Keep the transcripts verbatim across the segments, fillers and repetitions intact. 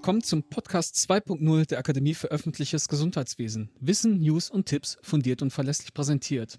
willkommen zum Podcast zwei Punkt null der Akademie für öffentliches Gesundheitswesen. Wissen, News und Tipps fundiert und verlässlich präsentiert.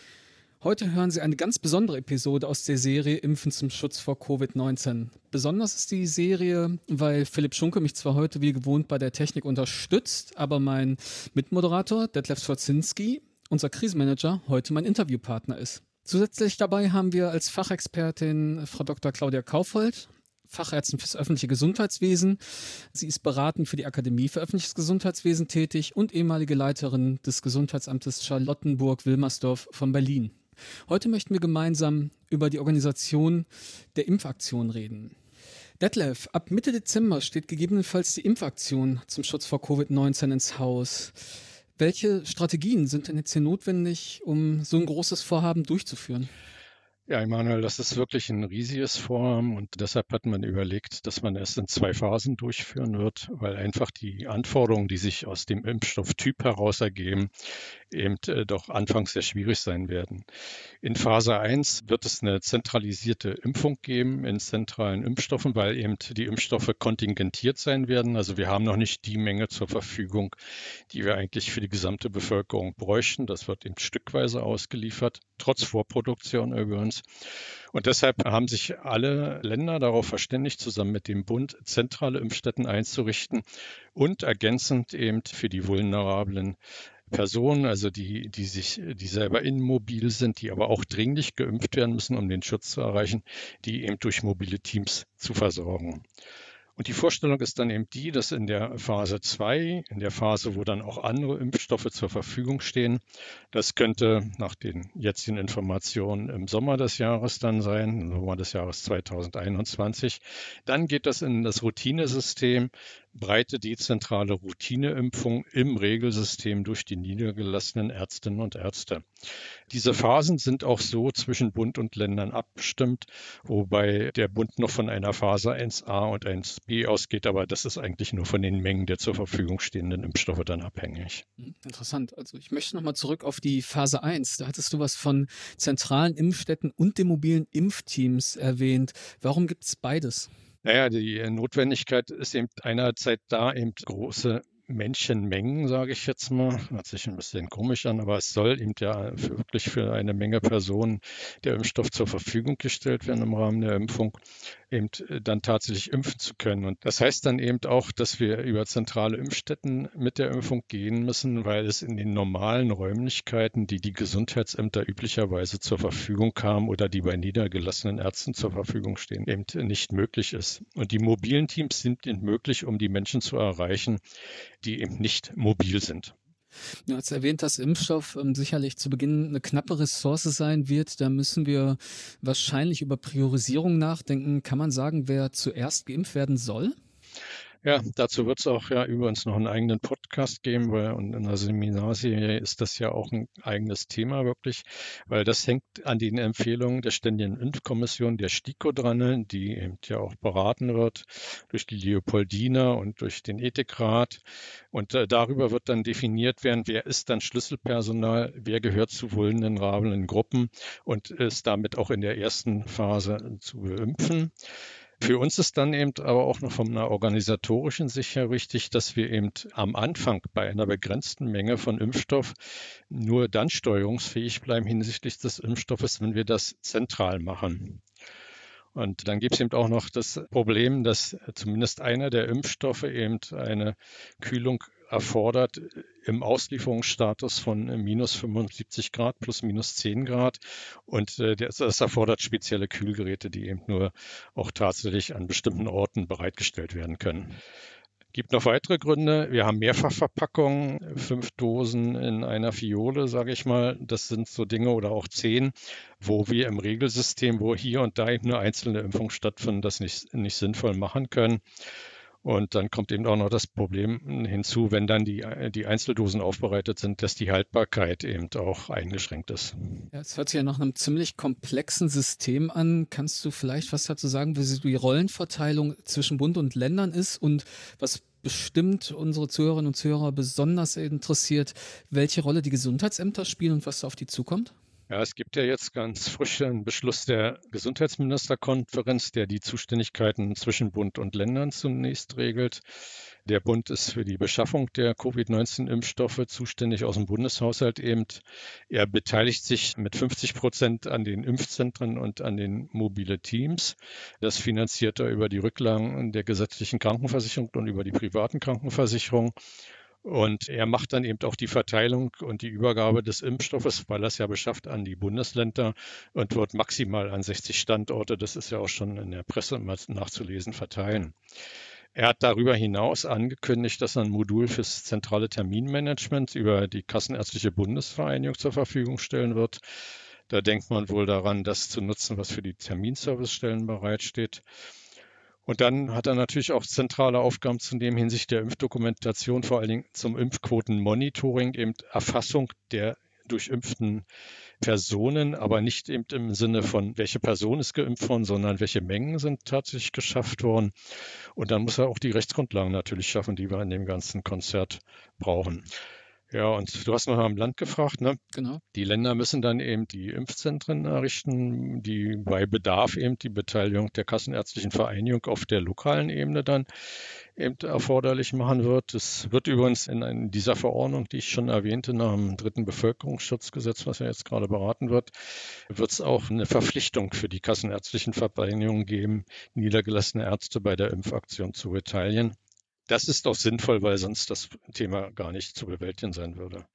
Heute hören Sie eine ganz besondere Episode aus der Serie Impfen zum Schutz vor Covid neunzehn. Besonders ist die Serie, weil Philipp Schunke mich zwar heute wie gewohnt bei der Technik unterstützt, aber mein Mitmoderator Detlef Swarzinski, unser Krisenmanager, heute mein Interviewpartner ist. Zusätzlich dabei haben wir als Fachexpertin Frau Doktor Claudia Kaufhold, Fachärztin fürs öffentliche Gesundheitswesen. Sie ist beratend für die Akademie für öffentliches Gesundheitswesen tätig und ehemalige Leiterin des Gesundheitsamtes Charlottenburg-Wilmersdorf von Berlin. Heute möchten wir gemeinsam über die Organisation der Impfaktion reden. Detlef, ab Mitte Dezember steht gegebenenfalls die Impfaktion zum Schutz vor Covid neunzehn ins Haus. Welche Strategien sind denn jetzt hier notwendig, um so ein großes Vorhaben durchzuführen? Ja, Emanuel, das ist wirklich ein riesiges Vorhaben und deshalb hat man überlegt, dass man es in zwei Phasen durchführen wird, weil einfach die Anforderungen, die sich aus dem Impfstofftyp heraus ergeben, eben äh, doch anfangs sehr schwierig sein werden. In Phase eins wird es eine zentralisierte Impfung geben in zentralen Impfstoffen, weil eben die Impfstoffe kontingentiert sein werden. Also wir haben noch nicht die Menge zur Verfügung, die wir eigentlich für die gesamte Bevölkerung bräuchten. Das wird eben stückweise ausgeliefert, trotz Vorproduktion übrigens. Und deshalb haben sich alle Länder darauf verständigt, zusammen mit dem Bund zentrale Impfstätten einzurichten und ergänzend eben für die vulnerablen Personen, also die, die sich, die selber immobil sind, die aber auch dringlich geimpft werden müssen, um den Schutz zu erreichen, die eben durch mobile Teams zu versorgen. Und die Vorstellung ist dann eben die, dass in der Phase zwei, in der Phase, wo dann auch andere Impfstoffe zur Verfügung stehen, das könnte nach den jetzigen Informationen im Sommer des Jahres dann sein, im Sommer des Jahres zweitausendeinundzwanzig, dann geht das in das Routinesystem, breite dezentrale Routineimpfung im Regelsystem durch die niedergelassenen Ärztinnen und Ärzte. Diese Phasen sind auch so zwischen Bund und Ländern abgestimmt, wobei der Bund noch von einer Phase eins a und eins b ausgeht, aber das ist eigentlich nur von den Mengen der zur Verfügung stehenden Impfstoffe dann abhängig. Interessant. Also ich möchte nochmal zurück auf die Phase eins. Da hattest du was von zentralen Impfstätten und den mobilen Impfteams erwähnt. Warum gibt es beides? Naja, die Notwendigkeit ist eben einerseits da, eben große Menschenmengen, sage ich jetzt mal, hört sich ein bisschen komisch an, aber es soll eben ja für, wirklich für eine Menge Personen der Impfstoff zur Verfügung gestellt werden im Rahmen der Impfung, eben dann tatsächlich impfen zu können. Und das heißt dann eben auch, dass wir über zentrale Impfstätten mit der Impfung gehen müssen, weil es in den normalen Räumlichkeiten, die die Gesundheitsämter üblicherweise zur Verfügung haben oder die bei niedergelassenen Ärzten zur Verfügung stehen, eben nicht möglich ist. Und die mobilen Teams sind eben möglich, um die Menschen zu erreichen, die eben nicht mobil sind. Du hast erwähnt, dass Impfstoff ähm, sicherlich zu Beginn eine knappe Ressource sein wird. Da müssen wir wahrscheinlich über Priorisierung nachdenken. Kann man sagen, wer zuerst geimpft werden soll? Ja, dazu wird es auch ja übrigens noch einen eigenen Podcast geben, weil und in der Seminarserie ist das ja auch ein eigenes Thema wirklich, weil das hängt an den Empfehlungen der Ständigen Impfkommission, der STIKO dran, die eben ja auch beraten wird durch die Leopoldina und durch den Ethikrat. Und äh, darüber wird dann definiert werden, wer ist dann Schlüsselpersonal, wer gehört zu vulnerablen Gruppen und ist damit auch in der ersten Phase zu impfen. Für uns ist dann eben aber auch noch von einer organisatorischen Sicht her wichtig, dass wir eben am Anfang bei einer begrenzten Menge von Impfstoff nur dann steuerungsfähig bleiben hinsichtlich des Impfstoffes, wenn wir das zentral machen. Und dann gibt es eben auch noch das Problem, dass zumindest einer der Impfstoffe eben eine Kühlung erfordert im Auslieferungsstatus von minus fünfundsiebzig Grad plus minus zehn Grad. Und äh, das, das erfordert spezielle Kühlgeräte, die eben nur auch tatsächlich an bestimmten Orten bereitgestellt werden können. Gibt noch weitere Gründe. Wir haben Mehrfachverpackungen, fünf Dosen in einer Fiole, sage ich mal. Das sind so Dinge oder auch zehn, wo wir im Regelsystem, wo hier und da eben nur einzelne Impfungen stattfinden, das nicht, nicht sinnvoll machen können. Und dann kommt eben auch noch das Problem hinzu, wenn dann die, die Einzeldosen aufbereitet sind, dass die Haltbarkeit eben auch eingeschränkt ist. Ja, es hört sich ja nach einem ziemlich komplexen System an. Kannst du vielleicht was dazu sagen, wie die Rollenverteilung zwischen Bund und Ländern ist und was bestimmt unsere Zuhörerinnen und Zuhörer besonders interessiert, welche Rolle die Gesundheitsämter spielen und was da auf die zukommt? Ja, es gibt ja jetzt ganz frisch einen Beschluss der Gesundheitsministerkonferenz, der die Zuständigkeiten zwischen Bund und Ländern zunächst regelt. Der Bund ist für die Beschaffung der Covid neunzehn Impfstoffe zuständig aus dem Bundeshaushalt eben. Er beteiligt sich mit fünfzig Prozent an den Impfzentren und an den mobile Teams. Das finanziert er über die Rücklagen der gesetzlichen Krankenversicherung und über die privaten Krankenversicherungen. Und er macht dann eben auch die Verteilung und die Übergabe des Impfstoffes, weil er es ja beschafft, an die Bundesländer und wird maximal an sechzig Standorte, das ist ja auch schon in der Presse nachzulesen, verteilen. Er hat darüber hinaus angekündigt, dass er ein Modul fürs zentrale Terminmanagement über die Kassenärztliche Bundesvereinigung zur Verfügung stellen wird. Da denkt man wohl daran, das zu nutzen, was für die Terminservicestellen bereitsteht. Und dann hat er natürlich auch zentrale Aufgaben zu dem hinsichtlich der Impfdokumentation, vor allen Dingen zum Impfquotenmonitoring, eben Erfassung der durchimpften Personen, aber nicht eben im Sinne von, welche Person ist geimpft worden, sondern welche Mengen sind tatsächlich geschafft worden. Und dann muss er auch die Rechtsgrundlagen natürlich schaffen, die wir in dem ganzen Konzert brauchen. Ja, und du hast noch am Land gefragt, ne? Genau. Die Länder müssen dann eben die Impfzentren errichten, die bei Bedarf eben die Beteiligung der Kassenärztlichen Vereinigung auf der lokalen Ebene dann eben erforderlich machen wird. Es wird übrigens in, in dieser Verordnung, die ich schon erwähnte, nach dem dritten Bevölkerungsschutzgesetz, was ja jetzt gerade beraten wird, wird es auch eine Verpflichtung für die Kassenärztlichen Vereinigungen geben, niedergelassene Ärzte bei der Impfaktion zu beteiligen. Das ist auch sinnvoll, weil sonst das Thema gar nicht zu bewältigen sein würde.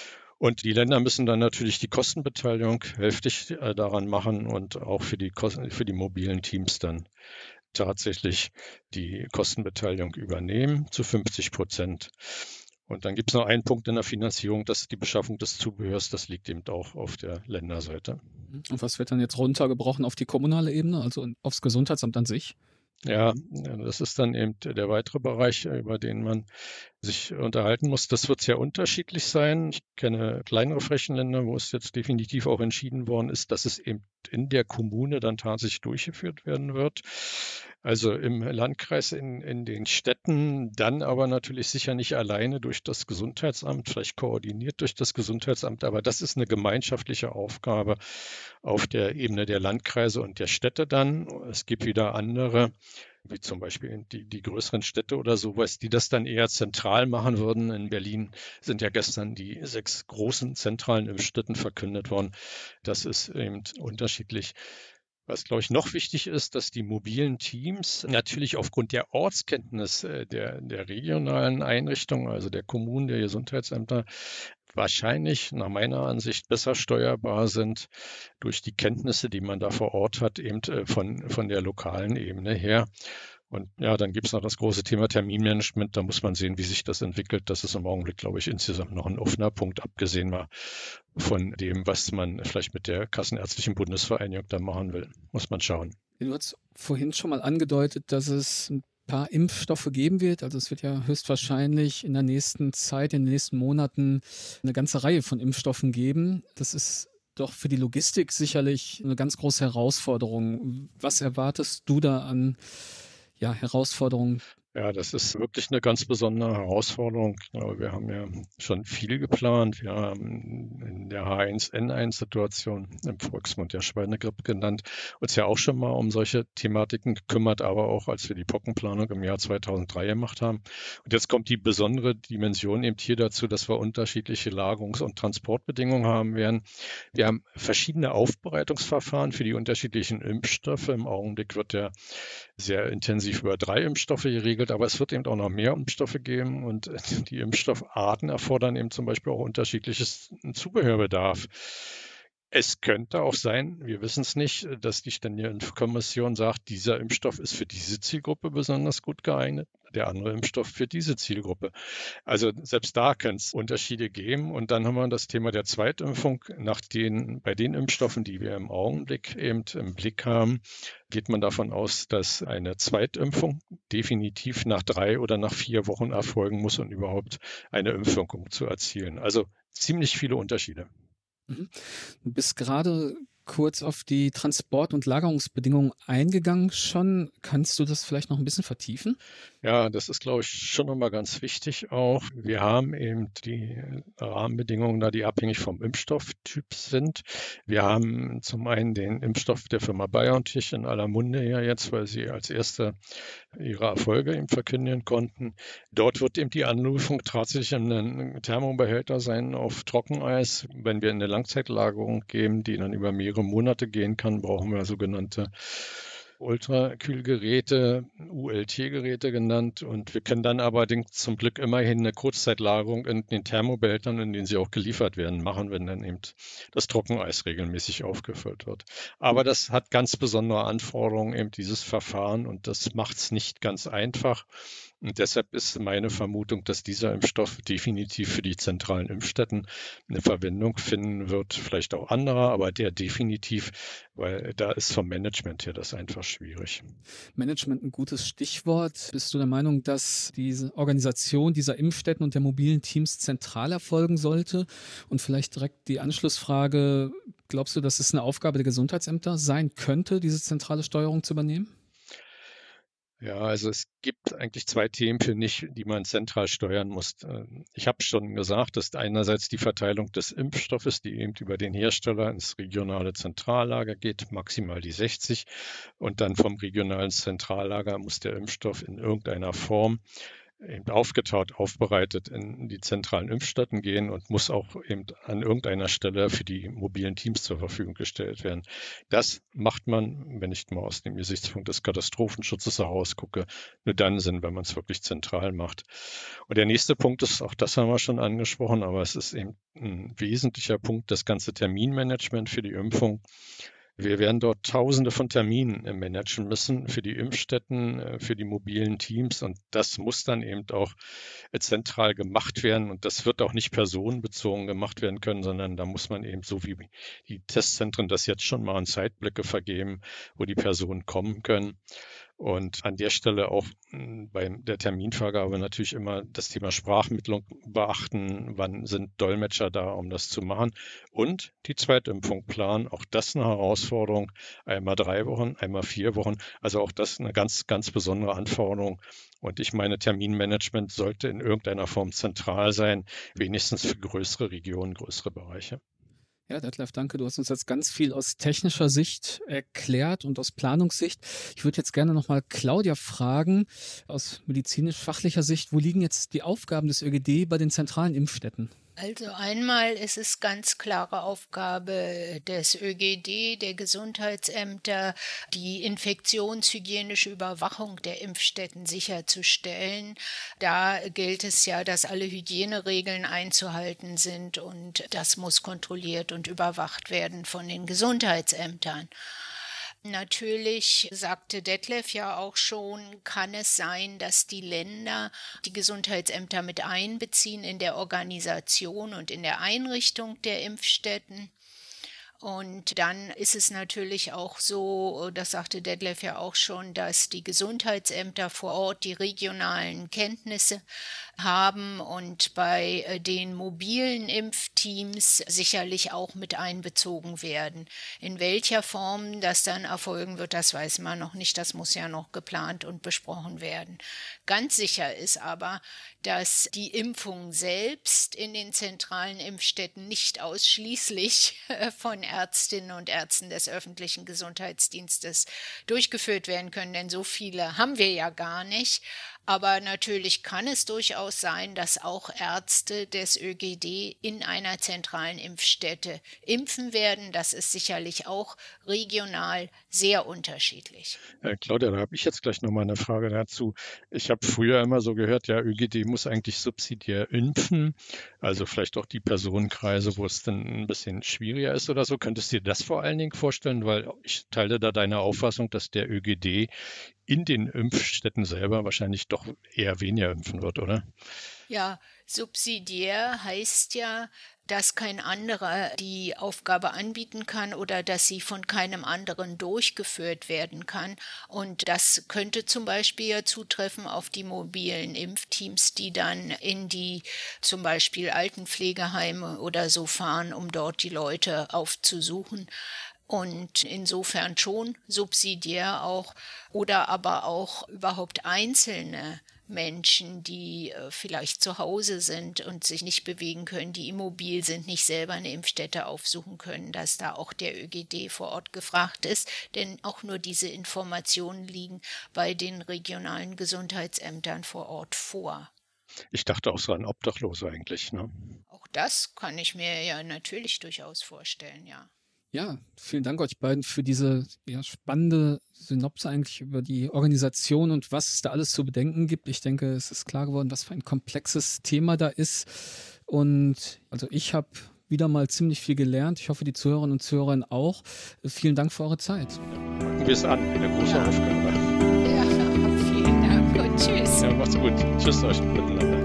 Und die Länder müssen dann natürlich die Kostenbeteiligung hälftig daran machen und auch für die, Kosten, für die mobilen Teams dann tatsächlich die Kostenbeteiligung übernehmen zu fünfzig Prozent. Und dann gibt es noch einen Punkt in der Finanzierung, das ist die Beschaffung des Zubehörs. Das liegt eben auch auf der Länderseite. Und was wird dann jetzt runtergebrochen auf die kommunale Ebene, also aufs Gesundheitsamt an sich? Ja, das ist dann eben der weitere Bereich, über den man sich unterhalten muss. Das wird sehr unterschiedlich sein. Ich kenne kleinere Flächenländer, wo es jetzt definitiv auch entschieden worden ist, dass es eben in der Kommune dann tatsächlich durchgeführt werden wird. Also im Landkreis, in, in den Städten, dann aber natürlich sicher nicht alleine durch das Gesundheitsamt, vielleicht koordiniert durch das Gesundheitsamt, aber das ist eine gemeinschaftliche Aufgabe auf der Ebene der Landkreise und der Städte dann. Es gibt wieder andere, wie zum Beispiel die, die größeren Städte oder sowas, die das dann eher zentral machen würden. In Berlin sind ja gestern die sechs großen zentralen Impfstätten verkündet worden. Das ist eben unterschiedlich. Was, glaube ich, noch wichtig ist, dass die mobilen Teams natürlich aufgrund der Ortskenntnis der, der regionalen Einrichtungen, also der Kommunen, der Gesundheitsämter, wahrscheinlich nach meiner Ansicht besser steuerbar sind durch die Kenntnisse, die man da vor Ort hat, eben von, von der lokalen Ebene her. Und ja, dann gibt es noch das große Thema Terminmanagement. Da muss man sehen, wie sich das entwickelt. Das ist im Augenblick, glaube ich, insgesamt noch ein offener Punkt, abgesehen mal von dem, was man vielleicht mit der Kassenärztlichen Bundesvereinigung da machen will. Muss man schauen. Du hast vorhin schon mal angedeutet, dass es ein paar Impfstoffe geben wird. Also es wird ja höchstwahrscheinlich in der nächsten Zeit, in den nächsten Monaten eine ganze Reihe von Impfstoffen geben. Das ist doch für die Logistik sicherlich eine ganz große Herausforderung. Was erwartest du da an ja, Herausforderungen? Ja, das ist wirklich eine ganz besondere Herausforderung. Wir haben ja schon viel geplant. Wir haben in der H eins N eins Situation, im Volksmund ja Schweinegrippe genannt, uns ja auch schon mal um solche Thematiken gekümmert, aber auch als wir die Pockenplanung im Jahr zweitausenddrei gemacht haben. Und jetzt kommt die besondere Dimension eben hier dazu, dass wir unterschiedliche Lagerungs- und Transportbedingungen haben werden. Wir haben verschiedene Aufbereitungsverfahren für die unterschiedlichen Impfstoffe. Im Augenblick wird ja sehr intensiv über drei Impfstoffe geregelt, aber es wird eben auch noch mehr Impfstoffe geben und die Impfstoffarten erfordern eben zum Beispiel auch unterschiedliches Zubehörbedarf. Es könnte auch sein, wir wissen es nicht, dass die Ständige Impfkommission sagt, dieser Impfstoff ist für diese Zielgruppe besonders gut geeignet, der andere Impfstoff für diese Zielgruppe. Also selbst da kann es Unterschiede geben. Und dann haben wir das Thema der Zweitimpfung. Nach den, bei den Impfstoffen, die wir im Augenblick eben im Blick haben, geht man davon aus, dass eine Zweitimpfung definitiv nach drei oder nach vier Wochen erfolgen muss, um überhaupt eine Impfwirkung zu erzielen. Also ziemlich viele Unterschiede. Du bist gerade kurz auf die Transport- und Lagerungsbedingungen eingegangen schon. Kannst du das vielleicht noch ein bisschen vertiefen? Ja, das ist, glaube ich, schon nochmal ganz wichtig auch. Wir haben eben die Rahmenbedingungen da, die abhängig vom Impfstofftyp sind. Wir haben zum einen den Impfstoff der Firma BioNTech in aller Munde ja jetzt, weil sie als erste ihre Erfolge eben verkünden konnten. Dort wird eben die Anlieferung tatsächlich in einem Thermobehälter sein auf Trockeneis. Wenn wir in eine Langzeitlagerung gehen, die dann über mehrere Monate gehen kann, brauchen wir sogenannte Ultrakühlgeräte, U L T-Geräte genannt. Und wir können dann allerdings zum Glück immerhin eine Kurzzeitlagerung in den Thermobehältern, in denen sie auch geliefert werden, machen, wenn dann eben das Trockeneis regelmäßig aufgefüllt wird. Aber das hat ganz besondere Anforderungen, eben dieses Verfahren, und das macht es nicht ganz einfach. Und deshalb ist meine Vermutung, dass dieser Impfstoff definitiv für die zentralen Impfstätten eine Verwendung finden wird, vielleicht auch anderer, aber der definitiv, weil da ist vom Management her das einfach schwierig. Management ein gutes Stichwort. Bist du der Meinung, dass diese Organisation dieser Impfstätten und der mobilen Teams zentral erfolgen sollte? Und vielleicht direkt die Anschlussfrage, glaubst du, dass es eine Aufgabe der Gesundheitsämter sein könnte, diese zentrale Steuerung zu übernehmen? Ja, also es gibt eigentlich zwei Themen, finde ich, die man zentral steuern muss. Ich habe schon gesagt, dass einerseits die Verteilung des Impfstoffes, die eben über den Hersteller ins regionale Zentrallager geht, maximal die sechzig. Und dann vom regionalen Zentrallager muss der Impfstoff in irgendeiner Form eben aufgetaut, aufbereitet in die zentralen Impfstätten gehen und muss auch eben an irgendeiner Stelle für die mobilen Teams zur Verfügung gestellt werden. Das macht man, wenn ich mal aus dem Gesichtspunkt des Katastrophenschutzes heraus gucke, nur dann Sinn, wenn man es wirklich zentral macht. Und der nächste Punkt ist, auch das haben wir schon angesprochen, aber es ist eben ein wesentlicher Punkt, das ganze Terminmanagement für die Impfung. Wir werden dort Tausende von Terminen managen müssen für die Impfstätten, für die mobilen Teams, und das muss dann eben auch zentral gemacht werden, und das wird auch nicht personenbezogen gemacht werden können, sondern da muss man eben, so wie die Testzentren das jetzt schon machen, Zeitblöcke vergeben, wo die Personen kommen können. Und an der Stelle auch bei der Terminvergabe natürlich immer das Thema Sprachmittlung beachten. Wann sind Dolmetscher da, um das zu machen? Und die Zweitimpfung planen. Auch das eine Herausforderung. Einmal drei Wochen, einmal vier Wochen. Also auch das eine ganz, ganz besondere Anforderung. Und ich meine, Terminmanagement sollte in irgendeiner Form zentral sein, wenigstens für größere Regionen, größere Bereiche. Ja, Detlef, danke. Du hast uns jetzt ganz viel aus technischer Sicht erklärt und aus Planungssicht. Ich würde jetzt gerne nochmal Claudia fragen, aus medizinisch-fachlicher Sicht, wo liegen jetzt die Aufgaben des Ö G D bei den zentralen Impfstätten? Also einmal ist es ganz klare Aufgabe des Ö G D, der Gesundheitsämter, die infektionshygienische Überwachung der Impfstätten sicherzustellen. Da gilt es ja, dass alle Hygieneregeln einzuhalten sind, und das muss kontrolliert und überwacht werden von den Gesundheitsämtern. Natürlich, sagte Detlef ja auch schon, kann es sein, dass die Länder die Gesundheitsämter mit einbeziehen in der Organisation und in der Einrichtung der Impfstätten. Und dann ist es natürlich auch so, das sagte Detlef ja auch schon, dass die Gesundheitsämter vor Ort die regionalen Kenntnisse haben und bei den mobilen Impfteams sicherlich auch mit einbezogen werden. In welcher Form das dann erfolgen wird, das weiß man noch nicht. Das muss ja noch geplant und besprochen werden. Ganz sicher ist aber, dass die Impfung selbst in den zentralen Impfstätten nicht ausschließlich von Ärztinnen und Ärzten des öffentlichen Gesundheitsdienstes durchgeführt werden können, denn so viele haben wir ja gar nicht. Aber natürlich kann es durchaus sein, dass auch Ärzte des Ö G D in einer zentralen Impfstätte impfen werden. Das ist sicherlich auch regional sehr unterschiedlich. Äh, Claudia, da habe ich jetzt gleich nochmal eine Frage dazu. Ich habe früher immer so gehört, ja, Ö G D muss eigentlich subsidiär impfen, also vielleicht auch die Personenkreise, wo es dann ein bisschen schwieriger ist oder so. Könntest du dir das vor allen Dingen vorstellen? Weil ich teile da deine Auffassung, dass der Ö G D in den Impfstätten selber wahrscheinlich doch eher weniger impfen wird, oder? Ja, subsidiär heißt ja, dass kein anderer die Aufgabe anbieten kann oder dass sie von keinem anderen durchgeführt werden kann. Und das könnte zum Beispiel ja zutreffen auf die mobilen Impfteams, die dann in die zum Beispiel Altenpflegeheime oder so fahren, um dort die Leute aufzusuchen. Und insofern schon subsidiär auch oder aber auch überhaupt einzelne Menschen, die äh, vielleicht zu Hause sind und sich nicht bewegen können, die immobil sind, nicht selber eine Impfstätte aufsuchen können, dass da auch der Ö G D vor Ort gefragt ist. Denn auch nur diese Informationen liegen bei den regionalen Gesundheitsämtern vor Ort vor. Ich dachte auch so an Obdachlose eigentlich, ne? Auch das kann ich mir ja natürlich durchaus vorstellen, ja. Ja, vielen Dank euch beiden für diese ja, spannende Synopse eigentlich über die Organisation und was es da alles zu bedenken gibt. Ich denke, es ist klar geworden, was für ein komplexes Thema da ist. Und also ich habe wieder mal ziemlich viel gelernt. Ich hoffe, die Zuhörerinnen und Zuhörer auch. Vielen Dank für eure Zeit. Packen wir es an, eine große Ja. Aufgabe. Ja, vielen Dank und tschüss. Ja, macht's gut. Tschüss euch miteinander.